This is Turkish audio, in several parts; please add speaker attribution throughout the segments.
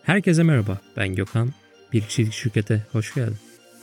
Speaker 1: Herkese merhaba, ben Gökhan. Bir kişilik şirkete hoş geldin.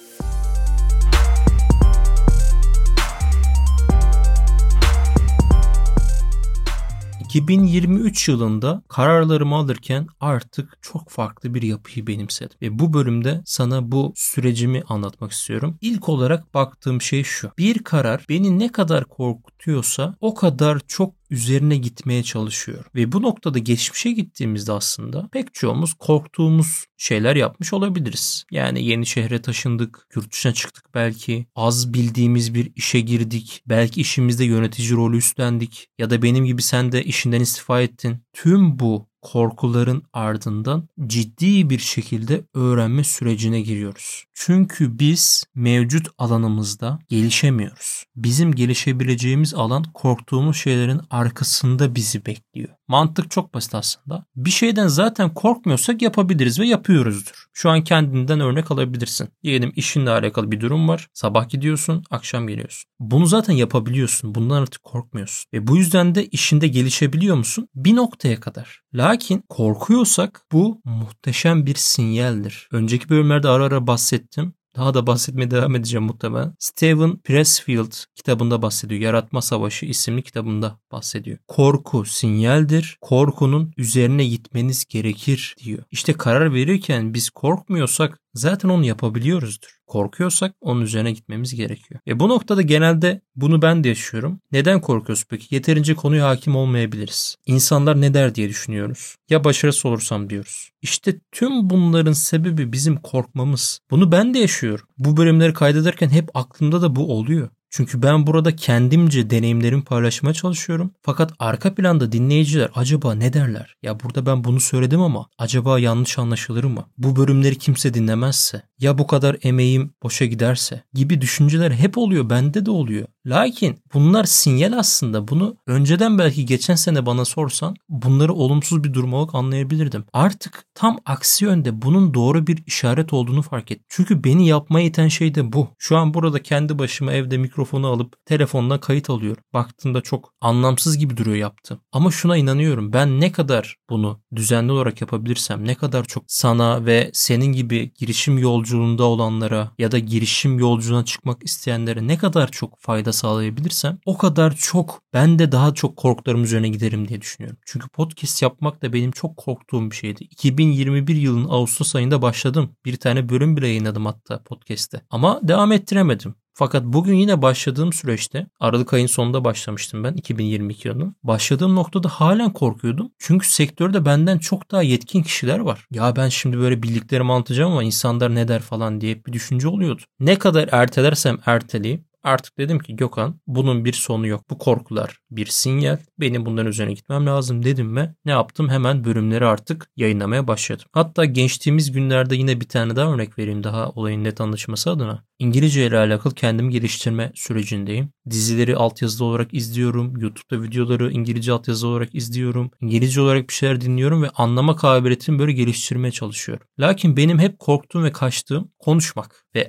Speaker 1: ...2023 yılında kararlarımı alırken artık çok farklı bir yapıyı benimsedim. Ve bu bölümde sana bu sürecimi anlatmak istiyorum. İlk olarak baktığım şey şu. Bir karar beni ne kadar korkutuyorsa o kadar çok üzerine gitmeye çalışıyor. Ve bu noktada geçmişe gittiğimizde aslında pek çoğumuz korktuğumuz şeyler yapmış olabiliriz. Yani yeni şehre taşındık, yurt dışına çıktık belki, az bildiğimiz bir işe girdik, belki işimizde yönetici rolü üstlendik ya da benim gibi sen de işinden istifa ettin. Tüm bu korkuların ardından ciddi bir şekilde öğrenme sürecine giriyoruz. Çünkü biz mevcut alanımızda gelişemiyoruz. Bizim gelişebileceğimiz alan korktuğumuz şeylerin arkasında bizi bekliyor. Mantık çok basit aslında. Bir şeyden zaten korkmuyorsak yapabiliriz ve yapıyoruzdur. Şu an kendinden örnek alabilirsin. Diyelim işinle alakalı bir durum var. Sabah gidiyorsun, akşam geliyorsun. Bunu zaten yapabiliyorsun. Bundan artık korkmuyorsun. Ve bu yüzden de işinde gelişebiliyor musun? Bir noktaya kadar. Lakin korkuyorsak bu muhteşem bir sinyaldir. Önceki bölümlerde ara ara bahsettim. Daha da bahsetmeye devam edeceğim muhtemelen. Steven Pressfield kitabında bahsediyor. Yaratma Savaşı isimli kitabında bahsediyor. Korku sinyaldir. Korkunun üzerine gitmeniz gerekir diyor. İşte karar verirken biz korkmuyorsak zaten onu yapabiliyoruzdur. Korkuyorsak onun üzerine gitmemiz gerekiyor. Bu noktada genelde bunu ben de yaşıyorum. Neden korkuyoruz peki? Yeterince konuya hakim olmayabiliriz. İnsanlar ne der diye düşünüyoruz. Ya başarısız olursam diyoruz. İşte tüm bunların sebebi bizim korkmamız. Bunu ben de yaşıyorum. Bu bölümleri kaydederken hep aklımda da bu oluyor. Çünkü ben burada kendimce deneyimlerimi paylaşmaya çalışıyorum. Fakat arka planda dinleyiciler acaba ne derler? Ya burada ben bunu söyledim ama acaba yanlış anlaşılır mı? Bu bölümleri kimse dinlemezse? Ya bu kadar emeğim boşa giderse? Gibi düşünceler hep oluyor. Bende de oluyor. Lakin bunlar sinyal aslında. Bunu önceden belki geçen sene bana sorsan bunları olumsuz bir durum olarak anlayabilirdim. Artık tam aksi yönde bunun doğru bir işaret olduğunu fark ettim. Çünkü beni yapmaya iten şey de bu. Şu an burada kendi başıma evde mikrofonu alıp telefondan kayıt alıyorum. Baktığımda çok anlamsız gibi duruyor yaptım. Ama şuna inanıyorum. Ben ne kadar bunu düzenli olarak yapabilirsem, ne kadar çok sana ve senin gibi girişim yolculuğunda olanlara ya da girişim yolculuğuna çıkmak isteyenlere ne kadar çok fayda sağlayabilirsem o kadar çok ben de daha çok korkularım üzerine giderim diye düşünüyorum. Çünkü podcast yapmak da benim çok korktuğum bir şeydi. 2021 yılının Ağustos ayında başladım. Bir tane bölüm bile yayınladım hatta podcast'te. Ama devam ettiremedim. Fakat bugün yine başladığım süreçte Aralık ayın sonunda başlamıştım ben 2022 yılında. Başladığım noktada halen korkuyordum. Çünkü sektörde benden çok daha yetkin kişiler var. Ya ben şimdi böyle bildiklerimi anlatacağım ama insanlar ne der falan diye bir düşünce oluyordu. Ne kadar ertelersem erteleyeyim artık dedim ki Gökhan bunun bir sonu yok. Bu korkular bir sinyal. Benim bunların üzerine gitmem lazım dedim ve ne yaptım? Hemen bölümleri artık yayınlamaya başladım. Hatta geçtiğimiz günlerde yine bir tane daha örnek vereyim daha olayın net anlaşılması adına. İngilizce ile alakalı kendimi geliştirme sürecindeyim. Dizileri altyazılı olarak izliyorum. YouTube'da videoları İngilizce altyazılı olarak izliyorum. İngilizce olarak bir şeyler dinliyorum ve anlama kabiliyetimi böyle geliştirmeye çalışıyorum. Lakin benim hep korktuğum ve kaçtığım konuşmak. Ve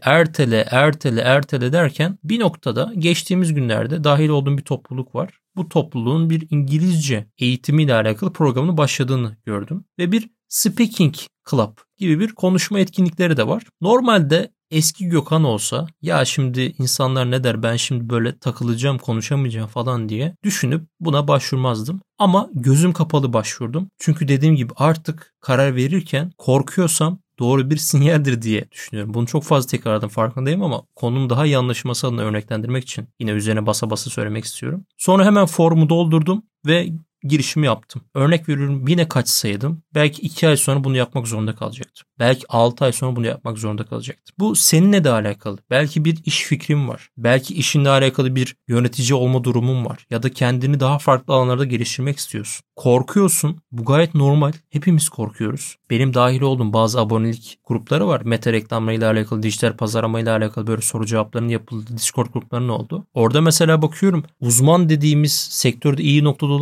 Speaker 1: ertele derken bir noktada geçtiğimiz günlerde dahil olduğum bir topluluk var. Bu topluluğun bir İngilizce eğitimiyle alakalı programını başladığını gördüm. Ve bir Speaking Club gibi bir konuşma etkinlikleri de var. Normalde eski Gökhan olsa ya şimdi insanlar ne der ben şimdi böyle takılacağım konuşamayacağım falan diye düşünüp buna başvurmazdım. Ama gözüm kapalı başvurdum. Çünkü dediğim gibi artık karar verirken korkuyorsam doğru bir sinyaldir diye düşünüyorum. Bunu çok fazla tekrarladım farkındayım ama konunun daha iyi anlaşılması adına örneklendirmek için yine üzerine basa basa söylemek istiyorum. Sonra hemen formu doldurdum ve girişimi yaptım. Örnek veriyorum yine kaçsaydım belki 2 ay sonra bunu yapmak zorunda kalacaktım. Belki 6 ay sonra bunu yapmak zorunda kalacaktım. Bu seninle de alakalı. Belki bir iş fikrim var. Belki işinle alakalı bir yönetici olma durumun var. Ya da kendini daha farklı alanlarda geliştirmek istiyorsun. Korkuyorsun. Bu gayet normal. Hepimiz korkuyoruz. Benim dahil olduğum bazı abonelik grupları var. Meta reklamlarıyla alakalı, dijital pazarlamayla alakalı böyle soru cevaplarının yapıldığı Discord gruplarının oldu. Orada mesela bakıyorum uzman dediğimiz sektörde iyi noktada olan kişinin de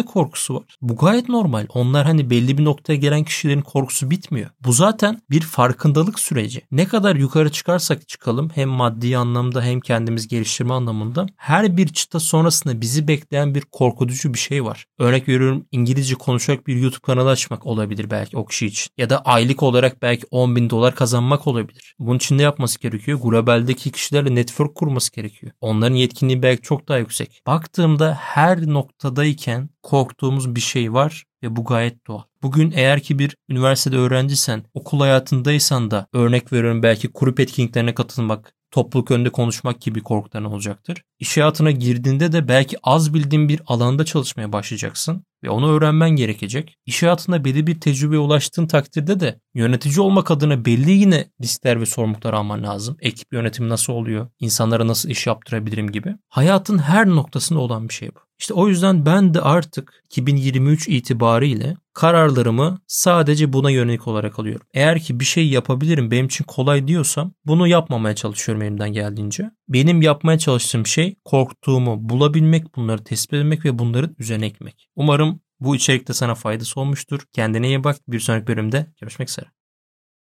Speaker 1: korkusu var. Bu gayet normal. Onlar hani belli bir noktaya gelen kişilerin korkusu bitmiyor. Bu zaten bir farkındalık süreci. Ne kadar yukarı çıkarsak çıkalım hem maddi anlamda hem kendimiz geliştirme anlamında her bir çıta sonrasında bizi bekleyen bir korkutucu bir şey var. Örnek veriyorum, İngilizce konuşarak bir YouTube kanalı açmak olabilir belki o kişi için. Ya da aylık olarak belki $10.000 kazanmak olabilir. Bunun için ne yapması gerekiyor? Globaldeki kişilerle network kurması gerekiyor. Onların yetkinliği belki çok daha yüksek. Baktığımda her noktadayken korktuğumuz bir şey var ve bu gayet doğal. Bugün eğer ki bir üniversitede öğrencisen, okul hayatındaysan da örnek veriyorum belki grup etkinliklerine katılmak, topluluk önünde konuşmak gibi korkuların olacaktır. İş hayatına girdiğinde de belki az bildiğin bir alanda çalışmaya başlayacaksın ve onu öğrenmen gerekecek. İş hayatında belli bir tecrübeye ulaştığın takdirde de yönetici olmak adına belli yine riskler ve sorumluluklar alman lazım. Ekip yönetimi nasıl oluyor? İnsanlara nasıl iş yaptırabilirim gibi. Hayatın her noktasında olan bir şey bu. İşte o yüzden ben de artık 2023 itibariyle kararlarımı sadece buna yönelik olarak alıyorum. Eğer ki bir şey yapabilirim, benim için kolay diyorsam bunu yapmamaya çalışıyorum elimden geldiğince. Benim yapmaya çalıştığım şey korktuğumu bulabilmek, bunları tespit etmek ve bunların üzerine ekmek. Umarım bu içerikte sana faydası olmuştur. Kendine iyi bak. Bir sonraki bölümde görüşmek üzere.